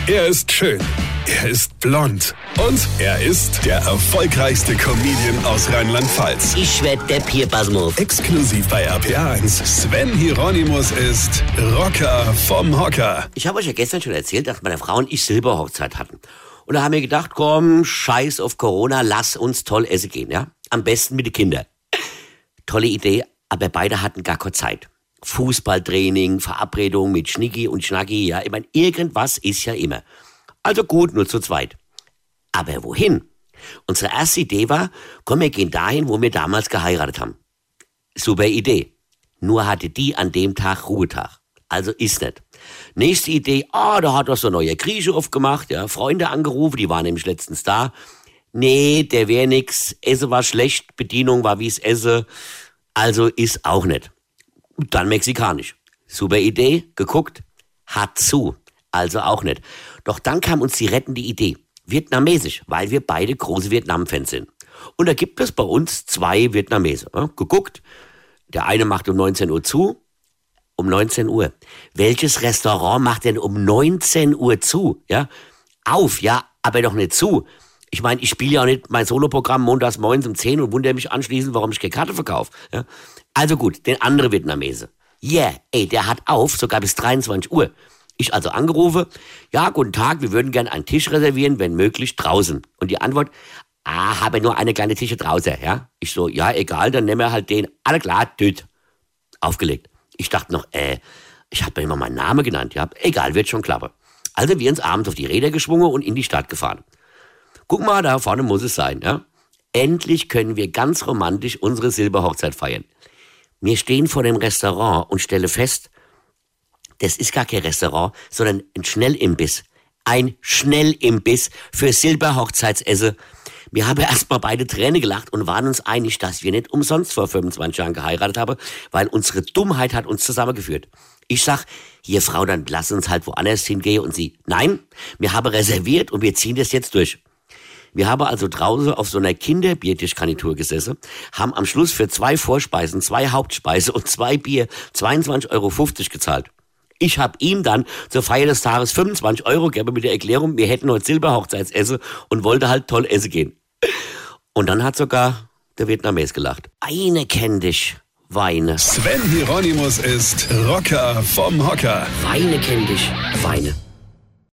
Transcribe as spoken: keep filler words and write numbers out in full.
Er ist schön. Er ist blond. Und er ist der erfolgreichste Comedian aus Rheinland-Pfalz. Ich werd der Pierpasmus. Exklusiv bei R P A eins. Sven Hieronymus ist Rocker vom Hocker. Ich habe euch ja gestern schon erzählt, dass meine Frau und ich Silberhochzeit hatten. Und da haben wir gedacht, komm, scheiß auf Corona, lass uns toll essen gehen, ja? Am besten mit den Kindern. Tolle Idee, aber beide hatten gar keine Zeit. Fußballtraining, Verabredung mit Schnicki und Schnacki, ja, ich meine, irgendwas ist ja immer. Also gut, nur zu zweit. Aber wohin? Unsere erste Idee war, komm, wir gehen dahin, wo wir damals geheiratet haben. Super Idee. Nur hatte die an dem Tag Ruhetag. Also ist nicht. Nächste Idee, ah, da hat doch so ein neuer Grieche aufgemacht, ja, Freunde angerufen, die waren nämlich letztens da. Nee, der wär nix, Essen war schlecht, Bedienung war wie's Essen, also ist auch nicht. Dann mexikanisch. Super Idee, geguckt, hat zu, also auch nicht. Doch dann kam uns die rettende Idee, vietnamesisch, weil wir beide große Vietnam-Fans sind. Und da gibt es bei uns zwei Vietnamesen. Ja, geguckt, der eine macht um neunzehn Uhr zu, um neunzehn Uhr. Welches Restaurant macht denn um neunzehn Uhr zu? Ja, auf, ja, aber doch nicht zu. Ich meine, ich spiele ja auch nicht mein Soloprogramm montags morgens um zehn und wundere mich anschließend, warum ich keine Karte verkaufe. Ja? Also gut, den anderen Vietnamese. Yeah, ey, der hat auf, sogar bis dreiundzwanzig Uhr. Ich also angerufen, ja, guten Tag, wir würden gerne einen Tisch reservieren, wenn möglich draußen. Und die Antwort, ah, habe nur eine kleine Tische draußen, ja. Ich so, ja, egal, dann nehmen wir halt den, alle klar, düt. Aufgelegt. Ich dachte noch, äh, ich habe mir immer meinen Namen genannt, ja. Egal, wird schon klappen. Also wir uns abends auf die Räder geschwungen und in die Stadt gefahren. Guck mal, da vorne muss es sein, ja. Endlich können wir ganz romantisch unsere Silberhochzeit feiern. Wir stehen vor dem Restaurant und stelle fest, das ist gar kein Restaurant, sondern ein Schnellimbiss. Ein Schnellimbiss für Silberhochzeitsessen. Wir haben erst mal beide Tränen gelacht und waren uns einig, dass wir nicht umsonst vor fünfundzwanzig Jahren geheiratet haben, weil unsere Dummheit hat uns zusammengeführt. Ich sag, hier Frau, dann lass uns halt woanders hingehen. Und sie, nein, wir haben reserviert und wir ziehen das jetzt durch. Wir haben also draußen auf so einer Kinderbiertischgarnitur gesessen, haben am Schluss für zwei Vorspeisen, zwei Hauptspeise und zwei Bier zweiundzwanzig Euro fünfzig gezahlt. Ich habe ihm dann zur Feier des Tages fünfundzwanzig Euro gegeben mit der Erklärung, wir hätten heute Silberhochzeitsessen und wollte halt toll essen gehen. Und dann hat sogar der Vietnames gelacht. Eine kenn dich, Weine. Sven Hieronymus ist Rocker vom Hocker. Weine kenn dich, Weine.